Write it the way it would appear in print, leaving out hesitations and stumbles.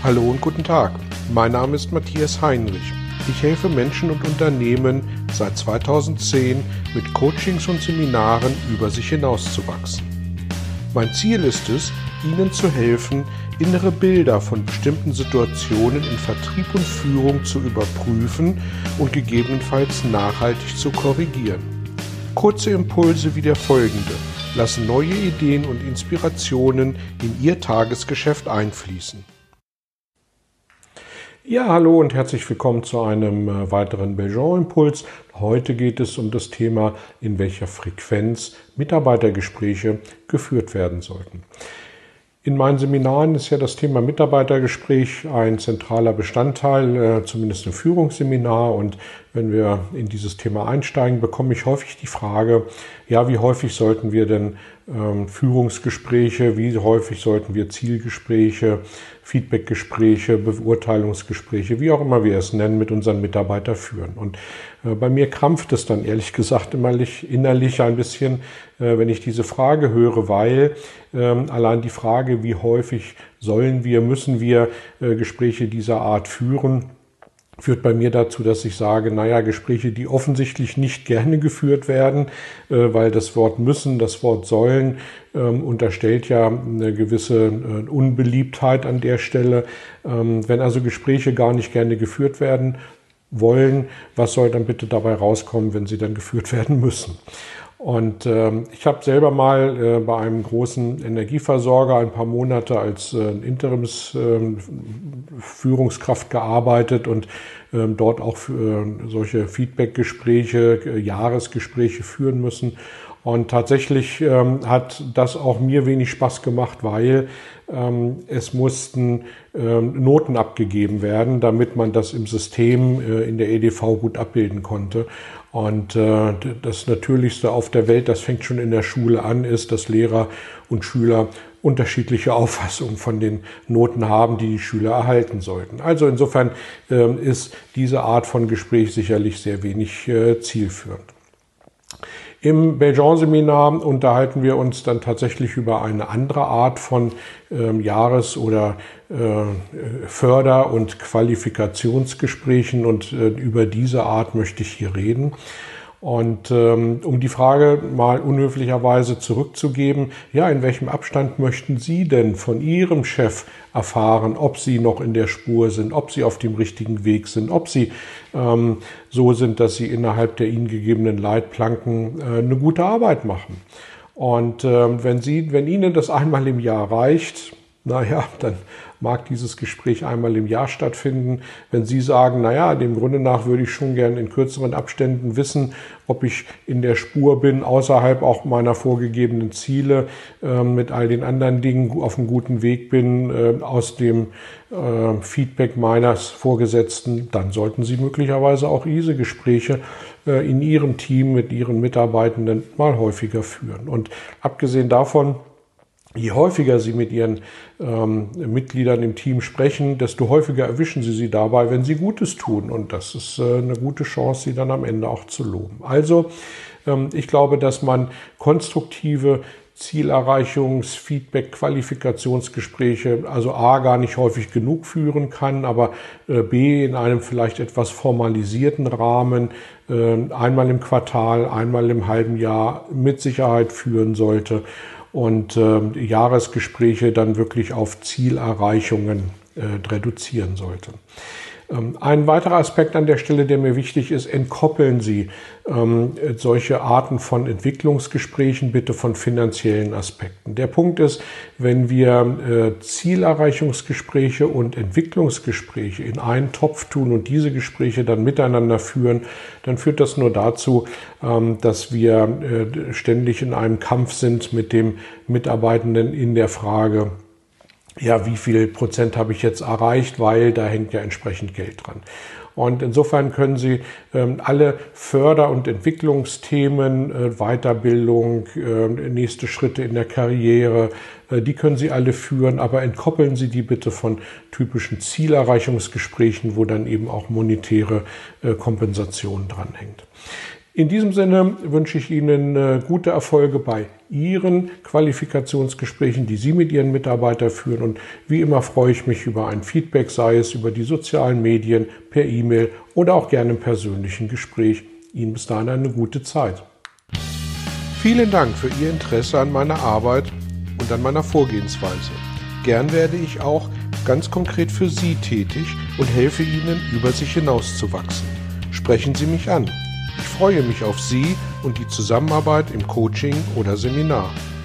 Hallo und guten Tag. Mein Name ist Matthias Heinrich. Ich helfe Menschen und Unternehmen seit 2010 mit Coachings und Seminaren über sich hinauszuwachsen. Mein Ziel ist es, Ihnen zu helfen, innere Bilder von bestimmten Situationen in Vertrieb und Führung zu überprüfen und gegebenenfalls nachhaltig zu korrigieren. Kurze Impulse wie der folgende lassen neue Ideen und Inspirationen in Ihr Tagesgeschäft einfließen. Ja, hallo und herzlich willkommen zu einem weiteren Belgian-Impuls. Heute geht es um das Thema, in welcher Frequenz Mitarbeitergespräche geführt werden sollten. In meinen Seminaren ist ja das Thema Mitarbeitergespräch ein zentraler Bestandteil, zumindest im Führungsseminar. Und wenn wir in dieses Thema einsteigen, bekomme ich häufig die Frage, ja, wie häufig sollten wir denn Führungsgespräche, wie häufig sollten wir Zielgespräche, Feedbackgespräche, Beurteilungsgespräche, wie auch immer wir es nennen, mit unseren Mitarbeitern führen. Und bei mir krampft es dann ehrlich gesagt immer innerlich ein bisschen, wenn ich diese Frage höre, weil allein die Frage, wie häufig müssen wir Gespräche dieser Art führen, führt bei mir dazu, dass ich sage, Gespräche, die offensichtlich nicht gerne geführt werden, weil das Wort müssen, das Wort sollen unterstellt ja eine gewisse Unbeliebtheit an der Stelle. Wenn also Gespräche gar nicht gerne geführt werden wollen, was soll dann bitte dabei rauskommen, wenn sie dann geführt werden müssen? Und ich habe selber mal bei einem großen Energieversorger ein paar Monate als Interimsführungskraft gearbeitet und dort auch solche Feedbackgespräche, Jahresgespräche führen müssen. Und tatsächlich hat das auch mir wenig Spaß gemacht, weil es mussten Noten abgegeben werden, damit man das im System in der EDV gut abbilden konnte. Und das Natürlichste auf der Welt, das fängt schon in der Schule an, ist, dass Lehrer und Schüler unterschiedliche Auffassungen von den Noten haben, die die Schüler erhalten sollten. Also insofern ist diese Art von Gespräch sicherlich sehr wenig zielführend. Im Belgian-Seminar unterhalten wir uns dann tatsächlich über eine andere Art von Jahres- oder Förder- und Qualifikationsgesprächen und über diese Art möchte ich hier reden. Und um die Frage mal unhöflicherweise zurückzugeben, ja, in welchem Abstand möchten Sie denn von Ihrem Chef erfahren, ob Sie noch in der Spur sind, ob Sie auf dem richtigen Weg sind, ob Sie so sind, dass Sie innerhalb der Ihnen gegebenen Leitplanken eine gute Arbeit machen. Und wenn Ihnen das einmal im Jahr reicht, dann mag dieses Gespräch einmal im Jahr stattfinden. Wenn Sie sagen, dem Grunde nach würde ich schon gern in kürzeren Abständen wissen, ob ich in der Spur bin, außerhalb auch meiner vorgegebenen Ziele, mit all den anderen Dingen auf einem guten Weg bin, aus dem Feedback meines Vorgesetzten, dann sollten Sie möglicherweise auch diese Gespräche in Ihrem Team mit Ihren Mitarbeitenden mal häufiger führen. Und abgesehen davon, je häufiger Sie mit Ihren Mitgliedern im Team sprechen, desto häufiger erwischen Sie sie dabei, wenn sie Gutes tun. Und das ist eine gute Chance, sie dann am Ende auch zu loben. Also ich glaube, dass man konstruktive Zielerreichungs-, Feedback-, Qualifikationsgespräche, also A, gar nicht häufig genug führen kann, aber B, in einem vielleicht etwas formalisierten Rahmen, einmal im Quartal, einmal im halben Jahr mit Sicherheit führen sollte. Und Jahresgespräche dann wirklich auf Zielerreichungen reduzieren sollte. Ein weiterer Aspekt an der Stelle, der mir wichtig ist, entkoppeln Sie solche Arten von Entwicklungsgesprächen bitte von finanziellen Aspekten. Der Punkt ist, wenn wir Zielerreichungsgespräche und Entwicklungsgespräche in einen Topf tun und diese Gespräche dann miteinander führen, dann führt das nur dazu, dass wir ständig in einem Kampf sind mit dem Mitarbeitenden in der Frage, ja, wie viel Prozent habe ich jetzt erreicht, weil da hängt ja entsprechend Geld dran. Und insofern können Sie alle Förder- und Entwicklungsthemen, Weiterbildung, nächste Schritte in der Karriere, die können Sie alle führen, aber entkoppeln Sie die bitte von typischen Zielerreichungsgesprächen, wo dann eben auch monetäre Kompensation dranhängt. In diesem Sinne wünsche ich Ihnen gute Erfolge bei Ihren Qualifikationsgesprächen, die Sie mit Ihren Mitarbeitern führen. Und wie immer freue ich mich über ein Feedback, sei es über die sozialen Medien, per E-Mail oder auch gerne im persönlichen Gespräch. Ihnen bis dahin eine gute Zeit. Vielen Dank für Ihr Interesse an meiner Arbeit und an meiner Vorgehensweise. Gern werde ich auch ganz konkret für Sie tätig und helfe Ihnen, über sich hinauszuwachsen. Sprechen Sie mich an. Ich freue mich auf Sie und die Zusammenarbeit im Coaching oder Seminar.